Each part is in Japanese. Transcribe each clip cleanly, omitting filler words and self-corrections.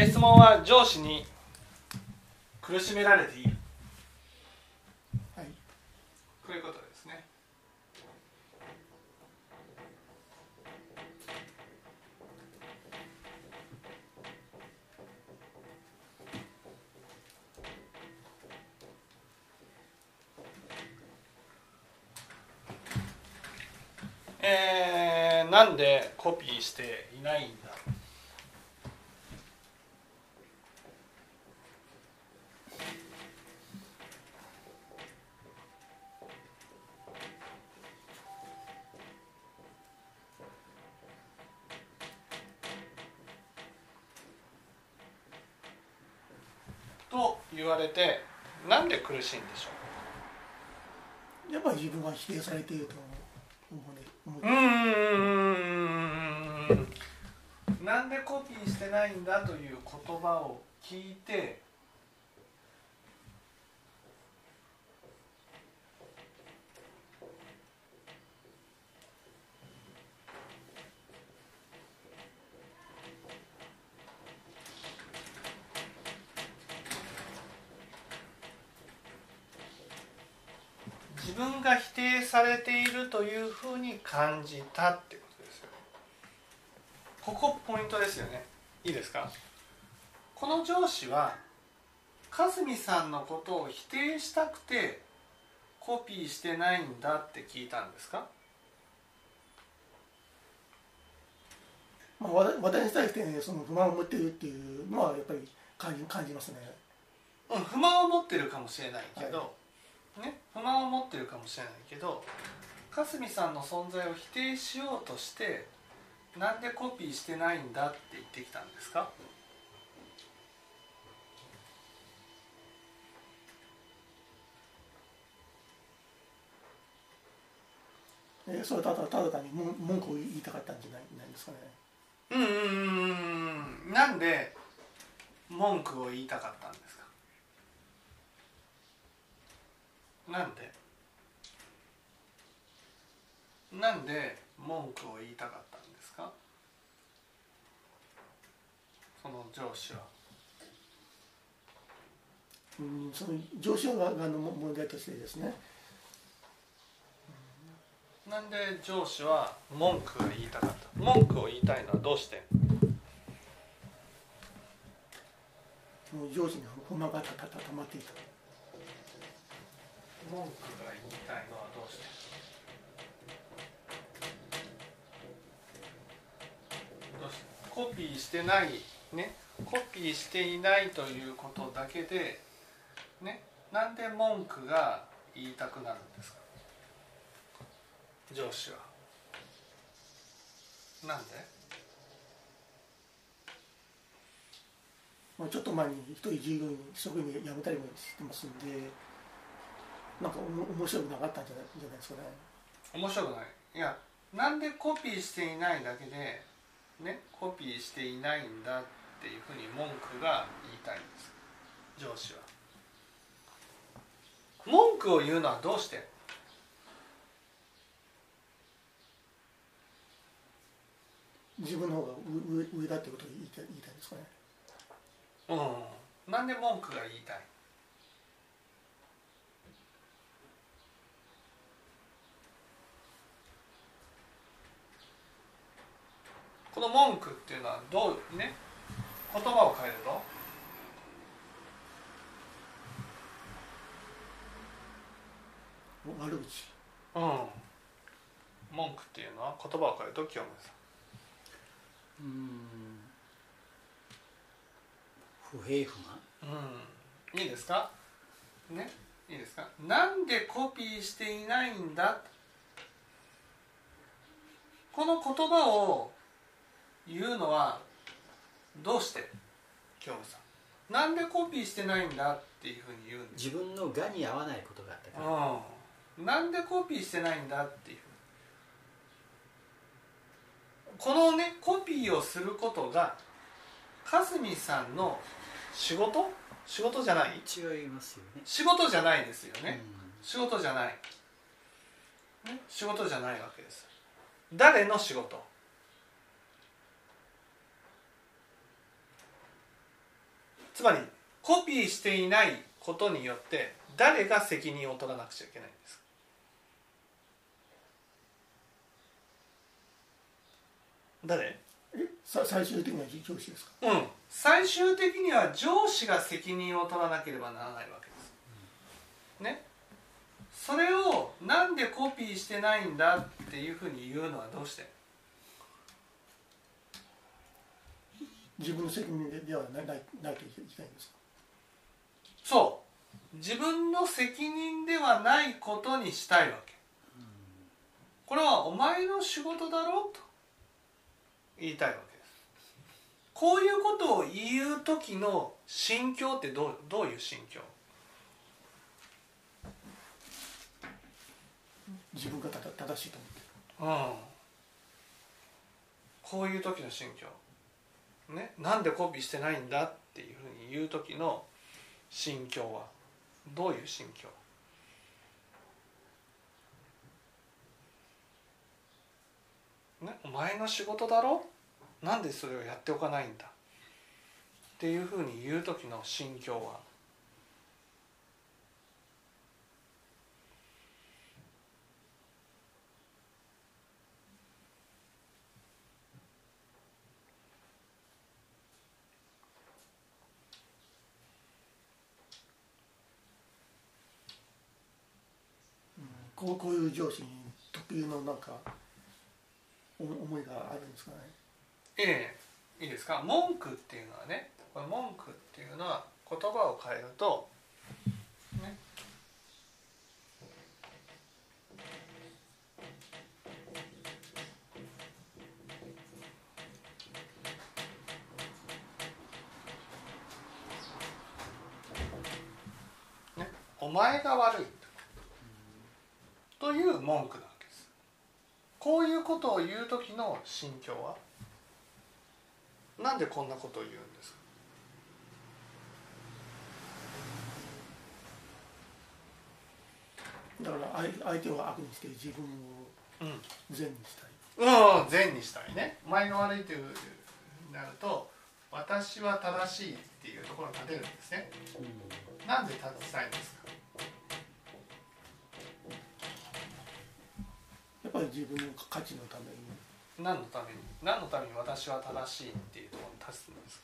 質問は上司に苦しめられている、 はい、 こういうことですね。なんでコピーしていないんだ。と言われて、なんで苦しいんでしょう。やっぱり自分が否定されていると思う。 なんでコピーしてないんだという言葉を聞いて、自分が否定されているというふうに感じたってことですよね。ここポイントですよね。いいですか。この上司はかすみさんのことを否定したくてコピーしてないんだって聞いたんですか。 まあ、私に対して、ね、その不満を持っているっていうのはやっぱり感じますね。 不満を持ってるかもしれないけど、 はい、 ね、不満を持ってるかもしれないけど、かすみさんの存在を否定しようとしてなんでコピーしてないんだって言ってきたんですか。 それただ単に文句を言いたかったんじゃないですかね。 なんで文句を言いたかったんですか。なんで文句を言いたかったんですか。その上司は。 その上司側の問題としてですね。 なんで上司は文句を言いたかった。文句を言いたいのはどうして。 上司に不満がたまっていた。 文句が言いたいのはどうして。コピーしてないね、コピーしていないということだけでね、なんで文句が言いたくなるんですか。上司は。なんで。 ちょっと前に一人従業員職員辞めたりもしてますんで、なんか面白くなかったんじゃないですかね。 面白くない。いや、なんでコピーしていないだけでね、コピーしていないんだっていうふうに文句が言いたいんです、上司は。文句を言うのはどうして。 自分の方が上だってことを言いたいですかね。 なんで文句が言いたい。この文句っていうのはどうね、言葉を変えると悪口。 文句っていうのは言葉を変えると清宗さん。 不平不満。 いいですかね、いいですか。なんでコピーしていないんだ、この言葉を言うのはどうして清宗さん。なんでコピーしてないんだっていうふうに言うんです。 自分の我に合わないことがあったから。 なんでコピーしてないんだっていう。このね、コピーをすることがかすみさんの仕事じゃない。 違いますよね。 仕事じゃないですよね。仕事じゃない、ね、仕事じゃないわけです。誰の仕事。 つまりコピーしていないことによって誰が責任を取らなくちゃいけないんですか？誰？ 最終的には上司ですか？ うん、最終的には上司が責任を取らなければならないわけですね。それをなんでコピーしてないんだっていうふうに言うのはどうして？ 自分の責任ではないといけないんですか？ そう、自分の責任ではないことにしたいわけ。これはお前の仕事だろうと言いたいわけです。こういうことを言う時の心境ってどういう心境？ 自分が正しいと思ってる。 こういう時の心境ね、なんでコピーしてないんだっていうふうに言う時の心境はどういう心境？ね、お前の仕事だろ、なんでそれをやっておかないんだっていうふうに言う時の心境は？ こういう上司に特有のなんか思いがあるんですかね。 いいですか。文句っていうのはね、これ文句っていうのは言葉を変えると、ね、お前が悪いという文句なわけです。こういうことを言う時の心境は、なんでこんなことを言うんですか？ だから相手を悪にして自分を善にしたい。 善にしたいね。お前が悪いというなると、私は正しいっていうところが出るんですね。なんで正したいんですか？ やっぱり自分の価値のために。 何のために私は正しいっていうところに立つんですか？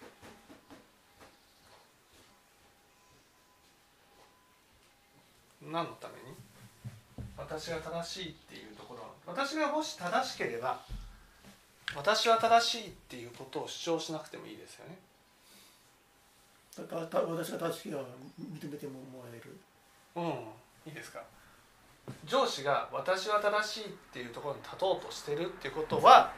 何のために私が正しいっていうところ、私がもし正しければ私は正しいっていうことを主張しなくてもいいですよね。 私が正しいは認めてもらえる。 いいですか。上司が私は正しいっていうところに立とうとしてるっていうことは、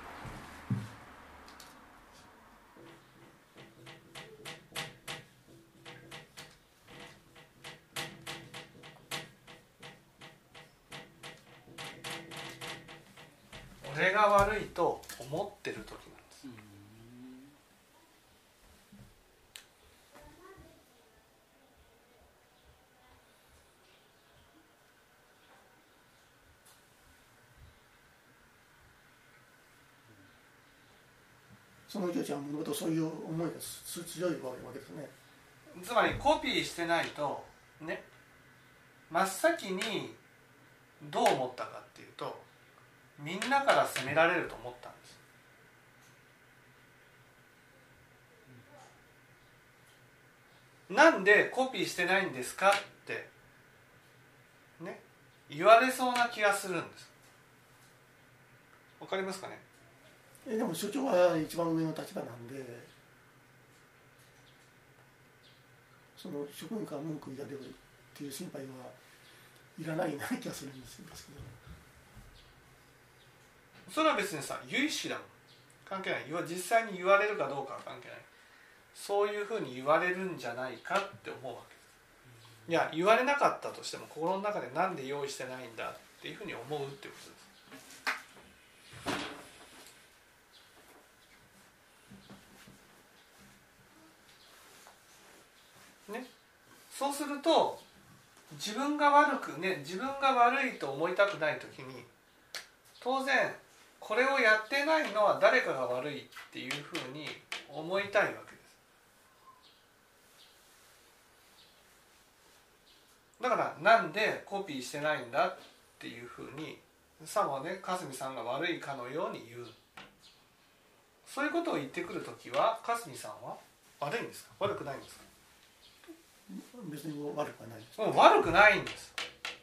俺が悪いと思ってる時なんです。 その上司はもともとそういう思いが強いわけですね。 つまりコピーしてないとね、真っ先にどう思ったかっていうと、みんなから責められると思ったんです。なんでコピーしてないんですかってね、言われそうな気がするんです。わかりますかね。 でも所長は一番上の立場なんで、その職員から文句言われるっていう心配はいらないような気がするんですけど。 それは別にさ、由々だもん、関係ない。実際に言われるかどうかは関係ない。そういうふうに言われるんじゃないかって思うわけです。いや、言われなかったとしても心の中でなんで用意してないんだっていうふうに思うっていうことです。ね、そうすると自分が悪いと思いたくないときに、当然これをやってないのは誰かが悪いっていうふうに思いたいわけです。 だからなんでコピーしてないんだっていうふうにさもねかすみさんが悪いかのように言う。そういうことを言ってくるときはかすみさんは悪いんですか悪くないんですか？ 別に悪くはないです。 もう悪くないんです。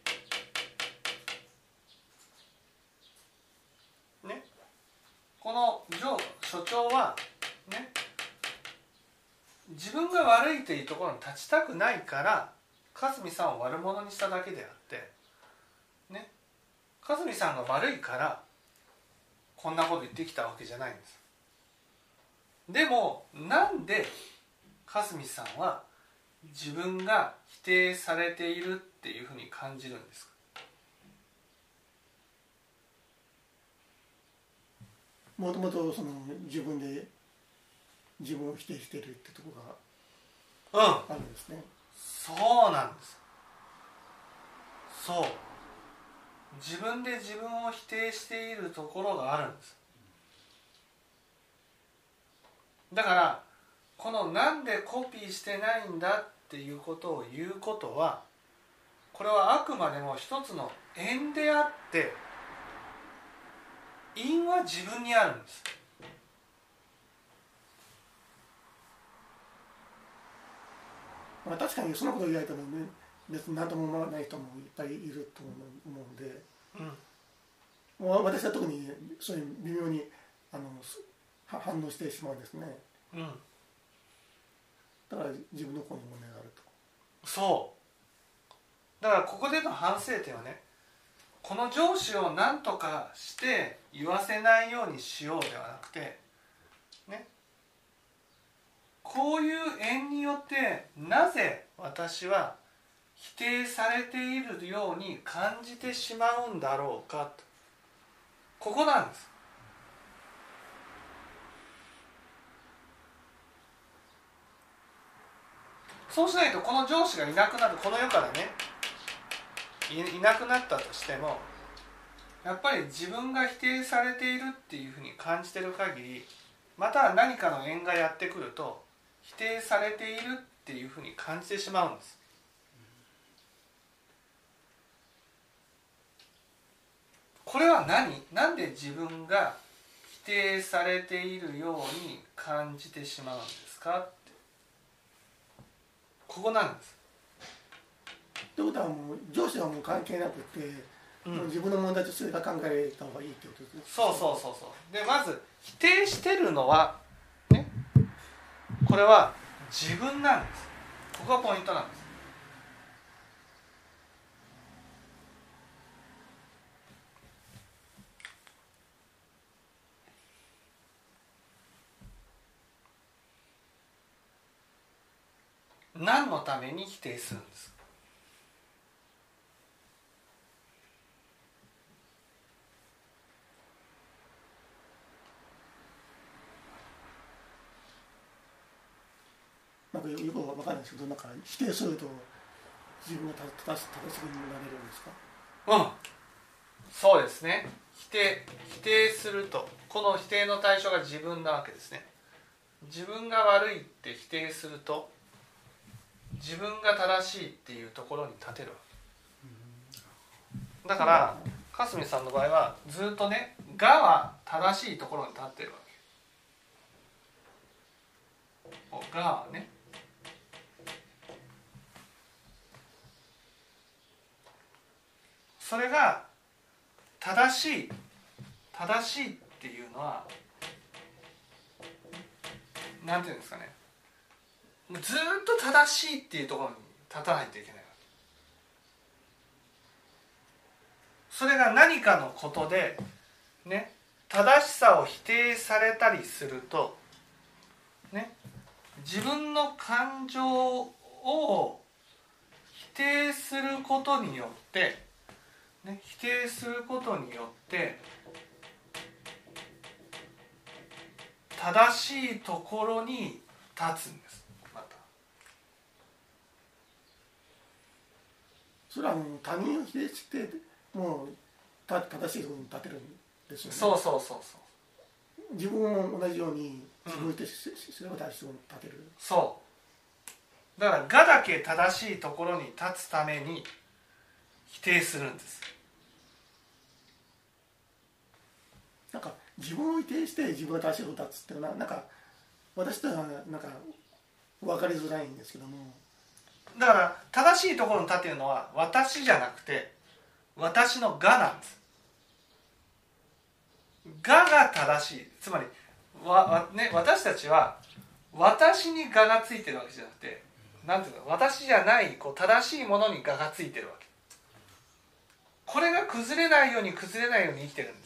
ね、この所長はね自分が悪いというところに立ちたくないからかすみさんを悪者にしただけであってね、かすみさんが悪いからこんなこと言ってきたわけじゃないんです。でもなんでかすみさんは自分が否定されているっていうふうに感じるんですか？ もともとその自分で自分を否定しているってところがあるんですね。 そうなんです。そう、自分で自分を否定しているところがあるんです。だからこのなんでコピーしてないんだっていうことを言うことはこれはあくまでも一つの因であって因は自分にあるんです。 まあ、確かにそのことを言われたらね別に何とも思わない人もいっぱいいると思うんで、もう私は特にそういう微妙に反応してしまうんですね。だから自分の方に問題があると。 そうだからここでの反省点はねこの上司を何とかして言わせないようにしようではなくてね、こういう縁によってなぜ私は否定されているように感じてしまうんだろうかと、ここなんです。そうしないとこの上司がいなくなる、この世からね いなくなったとしてもやっぱり自分が否定されているっていうふうに感じている限りまた何かの縁がやってくると否定されているっていうふうに感じてしまうんです。これはなんで自分が否定されているように感じてしまうんですかって、ここなんです。 ということはもう上司はもう関係なくて、もう自分の問題とそれが考えた方がいいってことですね。 そうでまず否定してるのはねこれは自分なんです。ここがポイントなんです。何のために否定するんですか？ なんかよくわかんないですけど、なんか否定すると自分が正しくなれるんですか？ そうですね。否定するとこの否定の対象が自分なわけですね。自分が悪いって否定すると自分が正しいっていうところに立てるわけだから、かすみさんの場合はずっとね「が」は正しいところに立ってるわけ。「が」はねそれが正しいっていうのはなんていうんですかね、ずっと正しいっていうところに立たないといけないわけ。それが何かのことでね正しさを否定されたりするとね自分の感情を否定することによって否定することによって正しいところに立つんです。またそれはもう他人を否定してもう正しいところに立てるんですよね。 そう自分も同じように自分を否定すれば正しいところに立てる。 そうだから我だけ正しいところに立つために否定するんです。 なんか自分を否定して自分が正しいことを立つっていうのはなんか私とはなんか分かりづらいんですけども、 だから正しいところに立てるのは私じゃなくて私の我なんです。我が正しい、つまり私たちは私に我がついてるわけじゃなくて、なんていうの、私じゃない正しいものに我がついてるわけ。これが崩れないように生きてるんです。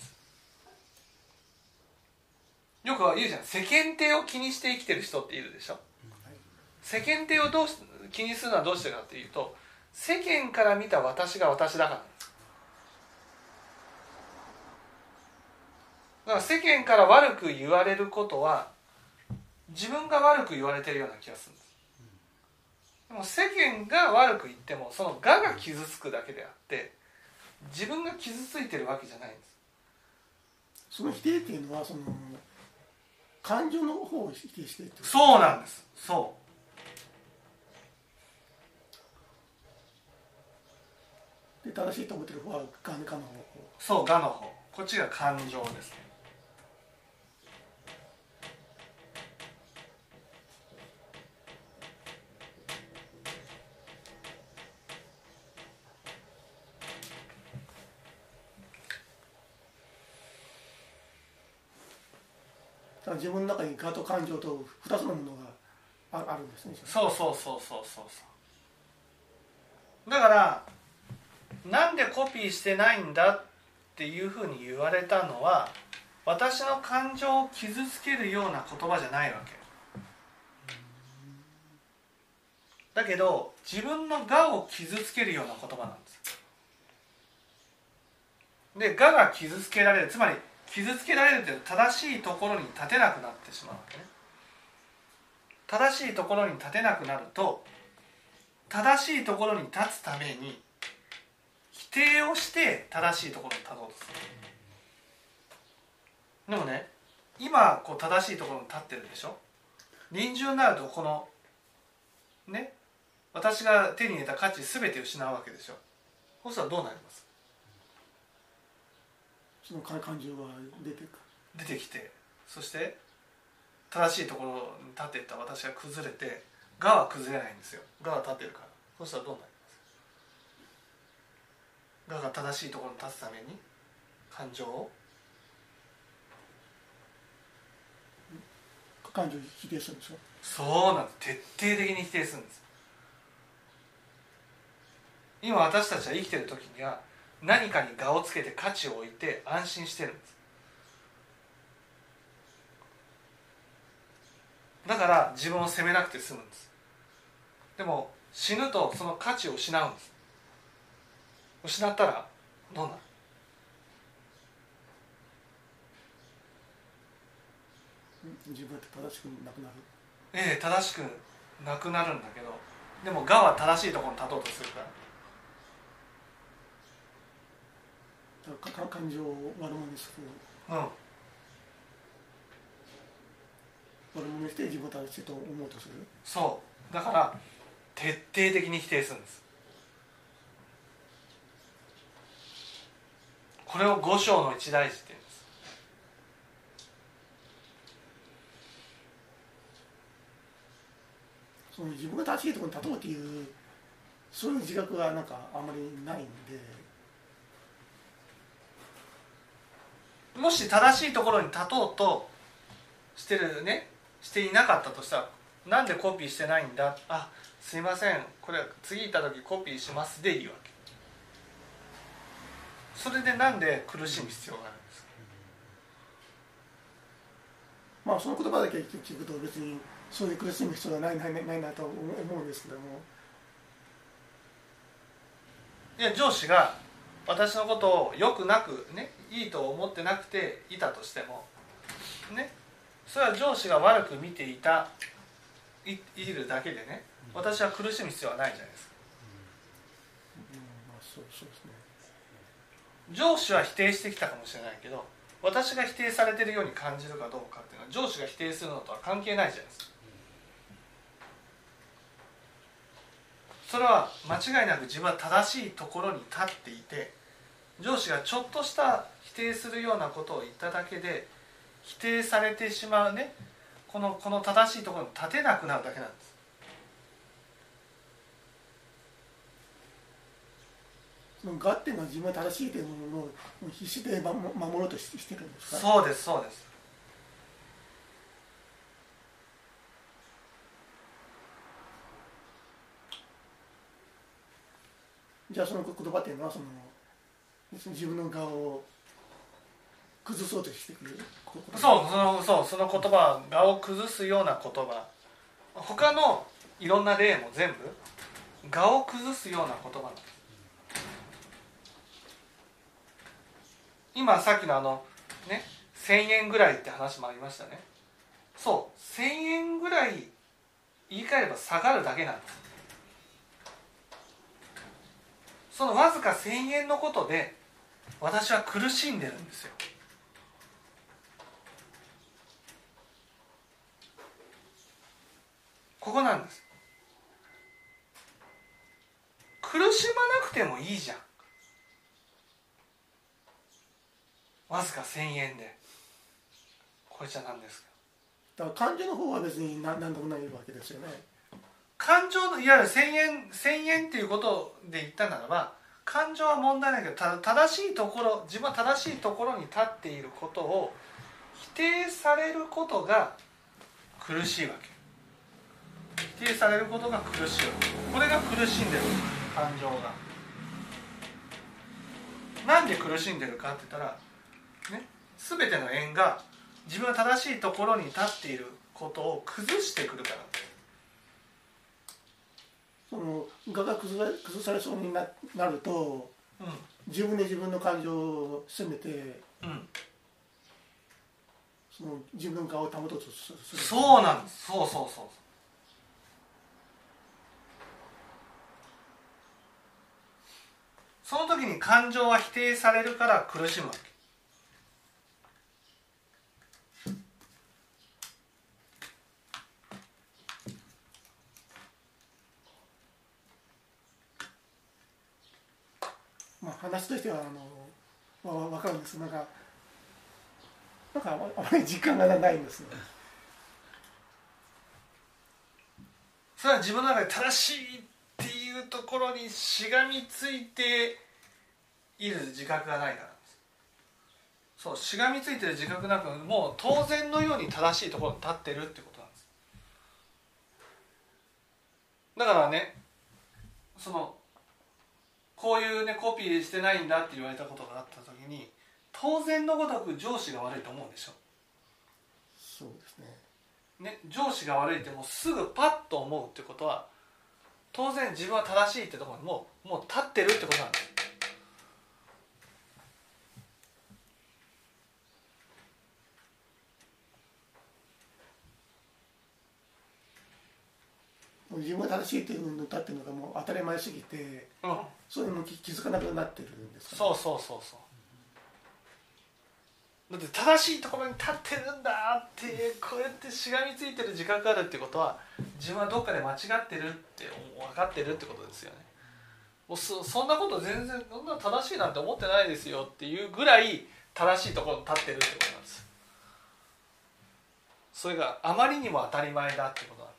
よく言うじゃん、世間体を気にして生きてる人っているでしょ。世間体を気にするのはどうしてかっていうと、世間から見た私が私だからなんです。だから世間から悪く言われることは自分が悪く言われてるような気がするんです。でも世間が悪く言ってもその我が傷つくだけであって自分が傷ついてるわけじゃないんです。 その否定っていうのはその感情の方を否定しているってこと。 そうなんです。 で正しいと思ってる方は我の方。 そう、我の方。こっちが感情ですね。 自分の中に我と感情と2つのものがあるんですね。 そう。だからなんでコピーしてないんだっていうふうに言われたのは私の感情を傷つけるような言葉じゃないわけだけど自分の我を傷つけるような言葉なんです。で我が傷つけられる、つまり傷つけられるという正しいところに立てなくなってしまうわけね。正しいところに立てなくなると正しいところに立つために否定をして正しいところに立とうとする。でもね、今正しいところに立ってるでしょ。臨終になるとこのね、私が手に入れた価値全て失うわけでしょ。そうしたらどうなります？ その感情が出てきて、そして正しいところに立っていった私が崩れて、我は崩れないんですよ。我は立ってるから。そうしたらどうなります？我が正しいところに立つために感情を否定するんですよ。 そうなんです。徹底的に否定するんです。今私たちは生きている時には何かに我をつけて価値を置いて安心してるんです。だから自分を責めなくて済むんです。でも死ぬとその価値を失うんです。失ったらどうなる？ 自分って正しくなくなる。 正しくなくなるんだけど、でも我は正しいところに立とうとするから。 感情を悪者にする。悪者にして自分を正しいと思うとする。 そう。だから徹底的に否定するんです。これを五章の一大事って言うんです。 その自分が正しいところに立とうっていうそういう自覚がなんかあんまりないんで。 もし正しいところに立とうとしていなかったとしたら、なんでコピーしてないんだ、あ、すいません、これ次行った時コピーしますでいいわけ。それでなんで苦しむ必要があるんですか。 まあその言葉だけ聞くと別にそういう苦しむ必要はないなと思うんですけども、 いや、上司が私のことをよくなくね、いいと思ってなくていたとしてもね、それは上司が悪く見ているだけでね、私は苦しむ必要はないじゃないですか。 そうですね。 上司は否定してきたかもしれないけど、私が否定されているように感じるかどうかっていうのは上司が否定するのとは関係ないじゃないですか。 それは間違いなく自分は正しいところに立っていて、上司がちょっとした否定するようなことを言っただけで否定されてしまうね、この正しいところに立てなくなるだけなんです。 その我っていうのは自分が正しいというものを必死で守ろうとしてるんですか？ そうですそうです。 じゃあその言葉っていうのは自分の我を崩そうとしてくる。 その言葉、我を崩すような言葉、他のいろんな例も全部我を崩すような言葉なんです。今さっきのね、1000円ぐらいって話もありましたね。そう、1000円ぐらい言い換えれば下がるだけなんです。そのわずか1000円のことで私は苦しんでるんですよ。ここなんです。苦しまなくてもいいじゃん、わずか1000円で。これじゃ何ですか。 だから感情の方は別に何でもないわけですよね。 感情のいわゆる1000円っていうことで言ったならば、感情は問題ないけど、正しいところ、自分は正しいところに立っていることを否定されることが苦しいわけ。否定されることが苦しいわけ。これが苦しんでる感情が。なんで苦しんでるかって言ったらね、全ての縁が自分が正しいところに立っていることを崩してくるから。 その我が崩されそうになると、自分で自分の感情を責めて、その自分の顔を保とうとする。 そうなんです。そうその時に感情は否定されるから苦しむわけ。 話としては分かるんです。なんかあまり実感がないんですね。 それは自分の中で正しいっていうところにしがみついている自覚がないからです。そう、しがみついてる自覚なく、もう当然のように正しいところに立ってるってことなんです。だからね、こういうね、コピーしてないんだって言われたことがあった時に、当然のごとく上司が悪いと思うでしょ。 そうですね、上司が悪いってもうすぐパッと思うってことは、当然自分は正しいってところにもう立ってるってことなんです。 自分が正しいというのに立ってるのがもう当たり前すぎて、そういうの気づかなくなってるんですかね。 そうだって正しいところに立ってるんだってこうやってしがみついてる自覚があるってことは、自分はどっかで間違ってるって分かってるってことですよね。もうそんなこと全然そんな正しいなんて思ってないですよっていうぐらい正しいところに立ってるってことなんです。それがあまりにも当たり前だってことなんです。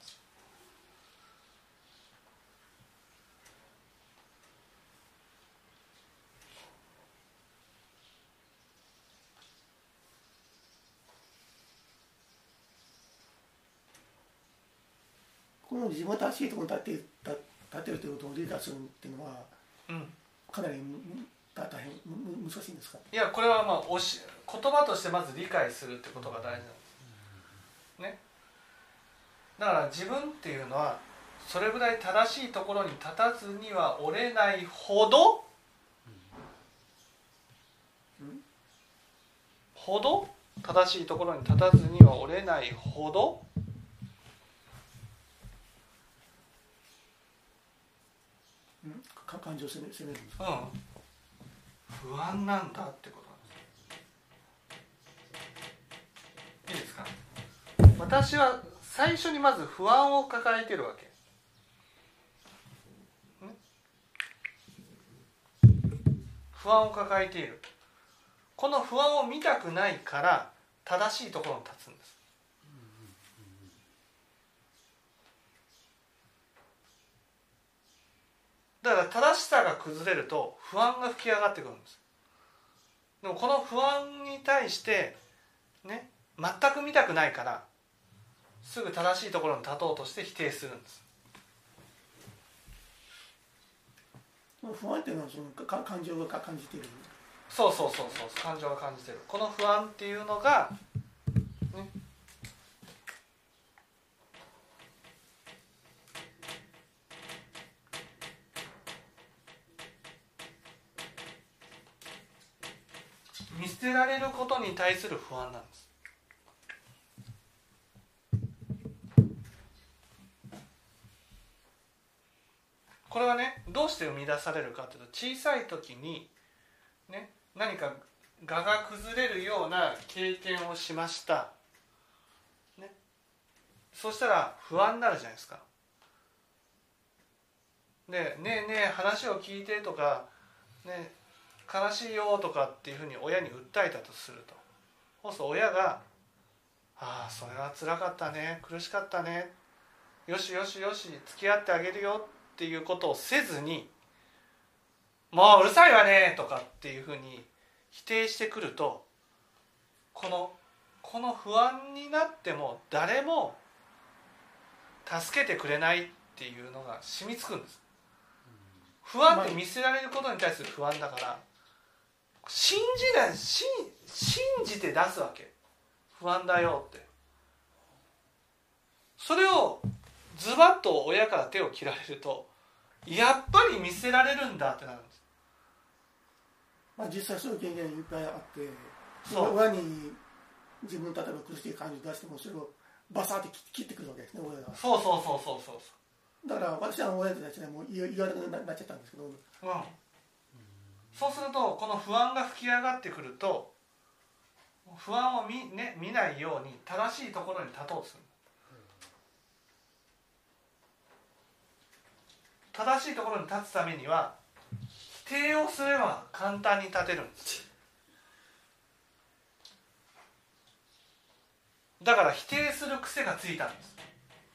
この自分が正しいところに立ってるということを理解するっていうのは、かなり大変難しいんですか？ いや、これは言葉としてまず理解するってことが大事なんですね。だから自分っていうのはそれぐらい正しいところに立たずには折れないほど正しいところに立たずには折れないほど感情を責めるんですか？ 不安なんだってことなんです。いいですか？私は最初にまず不安を抱えてるわけ。 不安を抱えている。この不安を見たくないから正しいところに立つんです。だから正しさが崩れると不安が吹き上がってくるんです。でもこの不安に対してね、全く見たくないからすぐ正しいところに立とうとして否定するんです。 不安っていうのはその感情が感じている。 そう感情が感じている。この不安っていうのが、ね、見捨てられることに対する不安なんです。これはね、どうして生み出されるかというと、小さい時に、ね、何か我が崩れるような経験をしました、ね、そしたら不安になるじゃないですか。で、ねえねえ話を聞いてとか、ね、悲しいよとかっていうふうに親に訴えたとすると、そうすると親がああそれは辛かったね、苦しかったね、よしよしよし付き合ってあげるよっていうことをせずに、もううるさいわねとかっていうふうに否定してくると、この不安になっても誰も助けてくれないっていうのが染みつくんです。不安って見せられることに対する不安だから、信じて出すわけ。不安だよって。それをズバッと親から手を切られると、やっぱり見せられるんだってなるんです。 実際そういう経験いっぱいあって、親に自分例えば苦しい感じを出してもそれをバサッて切ってくるわけですね、親が。 そうだから私は親たちにも言われなくなっちゃったんですけど、 そうするとこの不安が吹き上がってくると、不安を見ないように正しいところに立とうとする。正しいところに立つためには否定をすれば簡単に立てるんです。だから否定する癖がついたんです。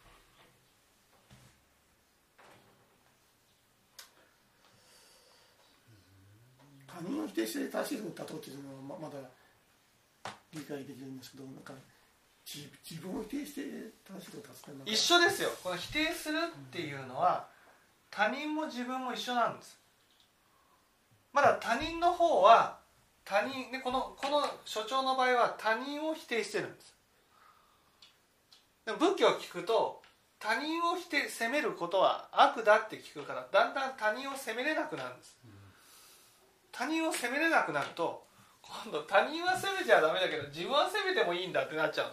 他人を否定して正しいところに立とうというのはまだ理解できるんですけど、なんか自分を否定して正しいところに立つって一緒ですよ。この否定するっていうのは他人も自分も一緒なんです。まだ他人の方は他人、ね、この所長の場合は他人を否定してるんです。でも仏教を聞くと他人を責めることは悪だって聞くから、だんだん他人を責めれなくなるんです。他人を責めれなくなると、今度他人は責めちゃダメだけど自分は責めてもいいんだってなっちゃうんです。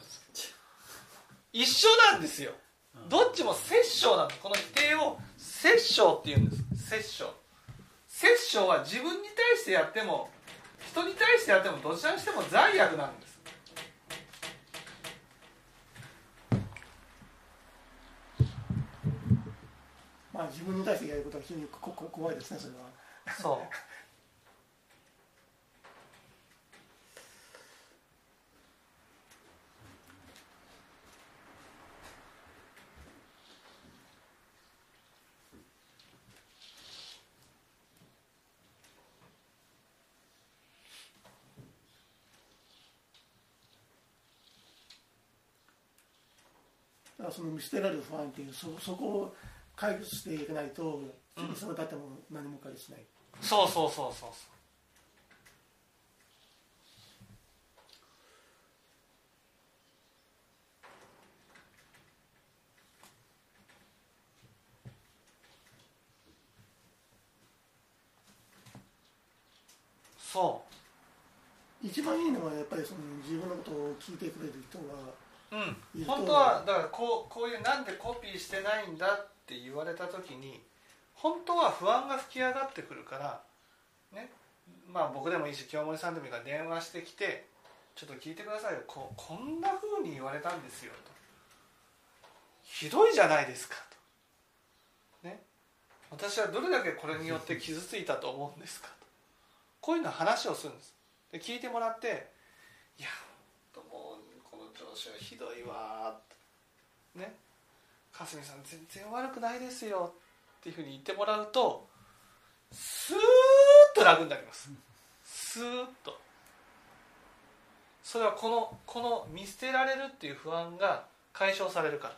一緒なんですよ。どっちも殺生なんです。この否定を殺生っていうんです。殺生は自分に対してやっても人に対してやってもどちらにしても罪悪なんです。 自分に対してやることは非常に怖いですね、それは。 そう。 その見捨てられる不安っていうそこを解決していかないと、いつまでたっても何も解決しない。 そう。 一番いいのはやっぱりその自分のことを聞いてくれる人が本当はだからこういうなんでコピーしてないんだって言われた時に本当は不安が吹き上がってくるからね、僕でもいいし清盛さんでもいいから電話してきて、ちょっと聞いてくださいよ、こんな風に言われたんですよと、ひどいじゃないですかと、ね、私はどれだけこれによって傷ついたと思うんですかと、 こういうの話をするんです。で聞いてもらって、いやもうこの上司はひどいわね、かすみさん全然悪くないですよっていうふうに言ってもらうと、スーッと楽になります。スーッと。それはこの見捨てられるっていう不安が解消されるから。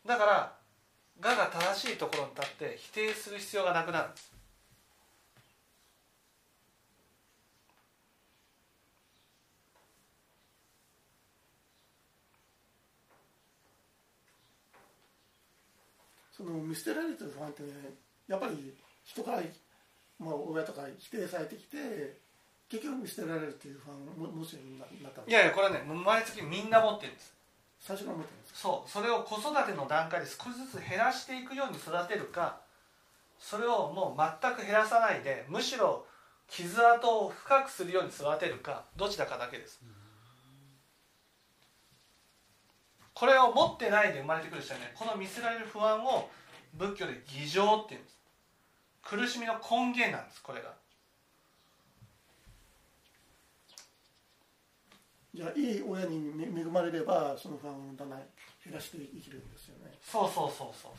だから我が正しいところに立って否定する必要がなくなるんです。 その見捨てられてる不安ってね、やっぱり人から、親とか否定されてきて結局見捨てられるっていう不安もちろんなった。 いやいや、これはね、毎月みんな持ってるんです。 最初から持ってるんですか。 そう、それを子育ての段階で少しずつ減らしていくように育てるか、それをもう全く減らさないでむしろ傷跡を深くするように育てるか、どちらかだけです。これを持ってないで生まれてくる人はね、この見捨てられる不安を仏教で偽情っていうんです。苦しみの根源なんです、これが。 じゃあいい親に恵まれればその不安をだんだん減らして生きるんですよね。 そうそうそうそう。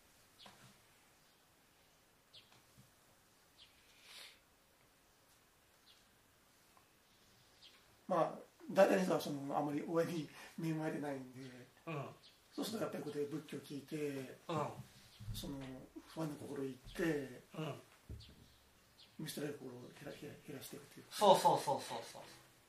大体の人はあまり親に恵まれてないんで、そうするとやっぱりここで仏教を聞いて、その不安な心を言って、見捨てられる心を減らしていくという。 そうそうそうそうそう。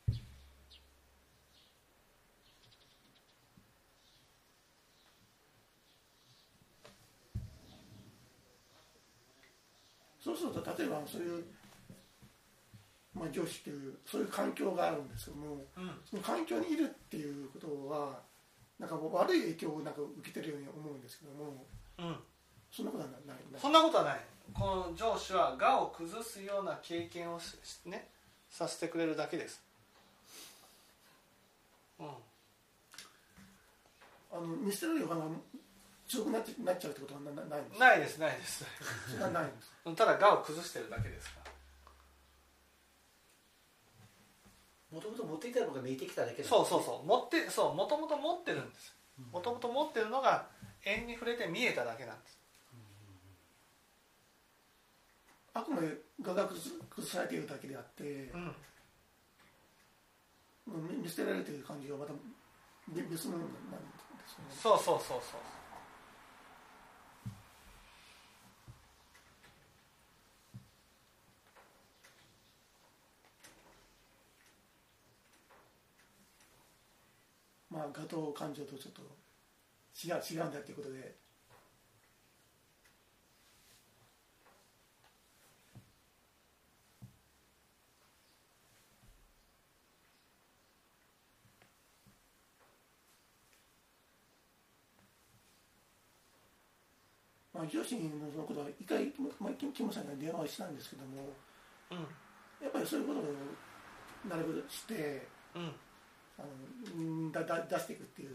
そうすると例えばそういう、上司っていうそういう環境があるんですけども、その環境にいるっていうことはなんか悪い影響をなんか受けてるように思うんですけども、そんなことはない。 そんなことはない。この上司は我を崩すような経験をね、させてくれるだけです。 見捨てられる不安が強くなっちゃうってことはないんですか。 ないですないです。 ないんです。 ただ我を崩してるだけですから。 もともと持っていたのが見えてきただけなんです、 ね、そうもともと持ってるんです。もともと持ってるのが縁に触れて見えただけなんです。 あくまで我が崩されているだけであって、見捨てられている感じはまた別のものなんですよね。 そう。 我と感情とちょっと違うんだということで、上司のそのことは一回キムさんに電話をしたんですけども、やっぱりそういうことをなるべくして、出していくっていう。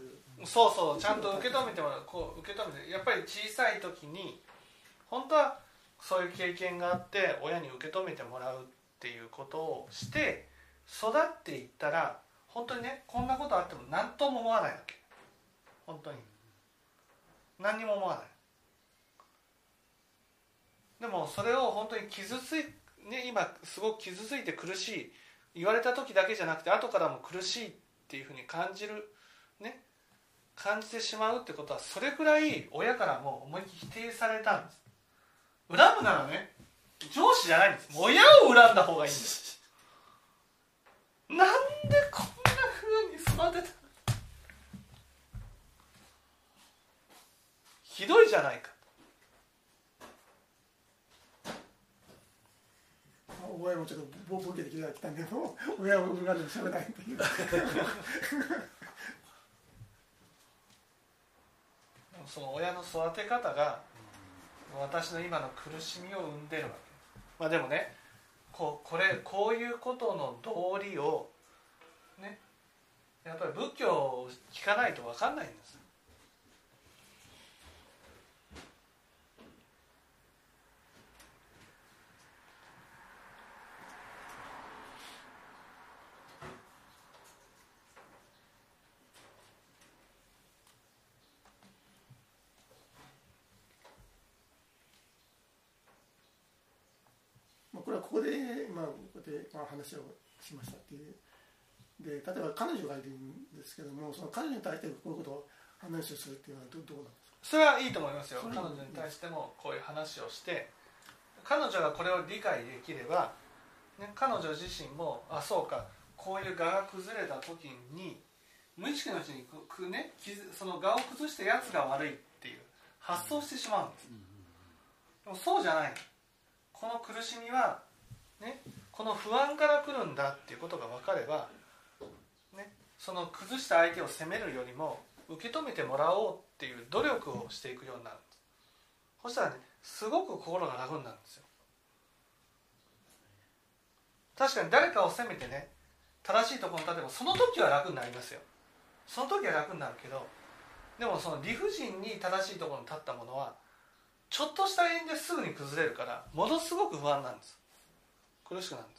そうちゃんと受け止めてもらう。こう受け止めて、やっぱり小さい時に本当はそういう経験があって親に受け止めてもらうっていうことをして育っていったら、本当にね、こんなことあっても何とも思わないわけ。本当に何にも思わない。でもそれを本当に今すごく傷ついて苦しい、言われた時だけじゃなくて後からも苦しいっていうふうに感じてしまうってことは、それくらい親からも思いっきり否定されたんです。恨むならね、上司じゃないんです。親を恨んだ方がいいんです。なんでこんな風に育てた、ひどいじゃないか。 親もちょっとボケてきたんで、親を恨んでもしゃべらないっていうその親の育て方が私の今の苦しみを生んでるわけ。でもね、こういうことの道理をね、やっぱり仏教を聞かないと分かんないんです。 ここで、こうやって話をしましたっていうで、例えば彼女がいるんですけども、その彼女に対してこういうことを話をするっていうのはどうなんですか？ それはいいと思いますよ。彼女に対してもこういう話をして、彼女がこれを理解できれば、ね、彼女自身もそうか、こういう蛾が崩れた時に無意識のうちにその蛾を崩したやつが悪いっていう発想してしまうんです。でもそうじゃない。この苦しみは、ね、この不安から来るんだっていうことが分かれば、ね、その崩した相手を責めるよりも受け止めてもらおうっていう努力をしていくようになるんです。そしたらね、すごく心が楽になるんですよ。確かに誰かを責めてね、正しいところに立てばその時は楽になりますよ。その時は楽になるけど、でもその理不尽に正しいところに立ったものはちょっとした原因ですぐに崩れるから、ものすごく不安なんです。苦しくなるんです。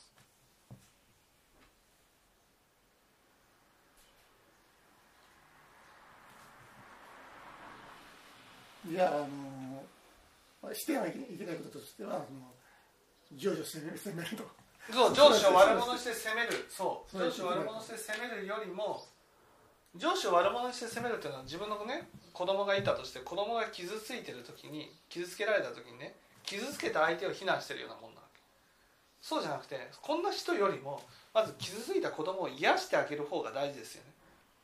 じゃあしてはいけないこととしては上司を責めると。 そう、上司を悪者して責める。そう上司を悪者して責めるよりも、上司を悪者にして責めるっていうのは、自分のね、子供がいたとして、子供が傷ついてる時に、傷つけられた時にね、傷つけた相手を非難してるようなもんなわけ。そうじゃなくて、こんな人よりもまず傷ついた子供を癒してあげる方が大事ですよね。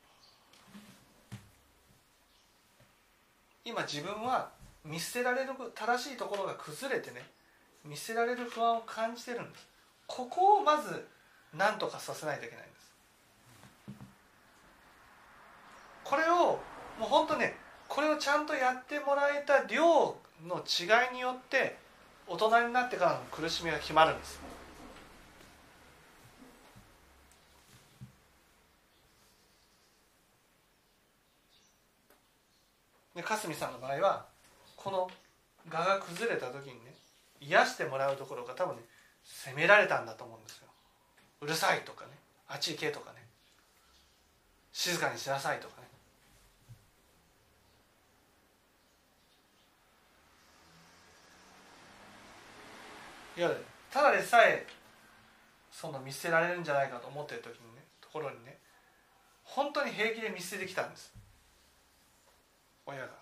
今自分は見捨てられる、正しいところが崩れてね、見捨てられる不安を感じてるんです。ここをまず何とかさせないといけないんです。これをもう本当ね、これをちゃんとやってもらえた量の違いによって大人になってからの苦しみが決まるんです。で、かすみさんの場合はこの蛾が崩れた時にね、癒してもらうところが多分ね、責められたんだと思うんですよ。うるさいとかね、あっち行けとかね、静かにしなさいとかね。いや、ただでさえその見捨てられるんじゃないかと思っている時にね、ところにね、本当に平気で見捨ててきたんです、親が。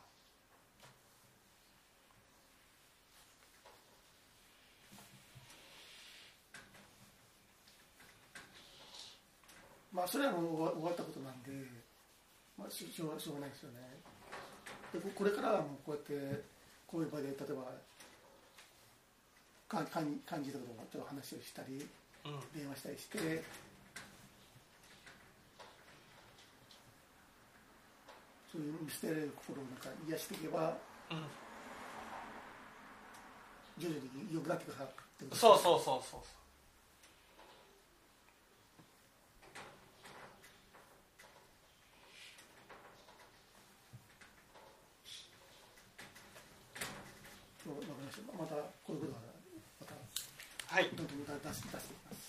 それはもう終わったことなんで、しょうがないですよね。でこれからはもうこうやってこういう場で例えば感じたことを話をしたり、電話したりして、そういう見捨てられる心を癒していけば、徐々に良くなってくださいってことですね。 そうそうそうそう。 わかりました。またこういうことはまたどんどん出していきます。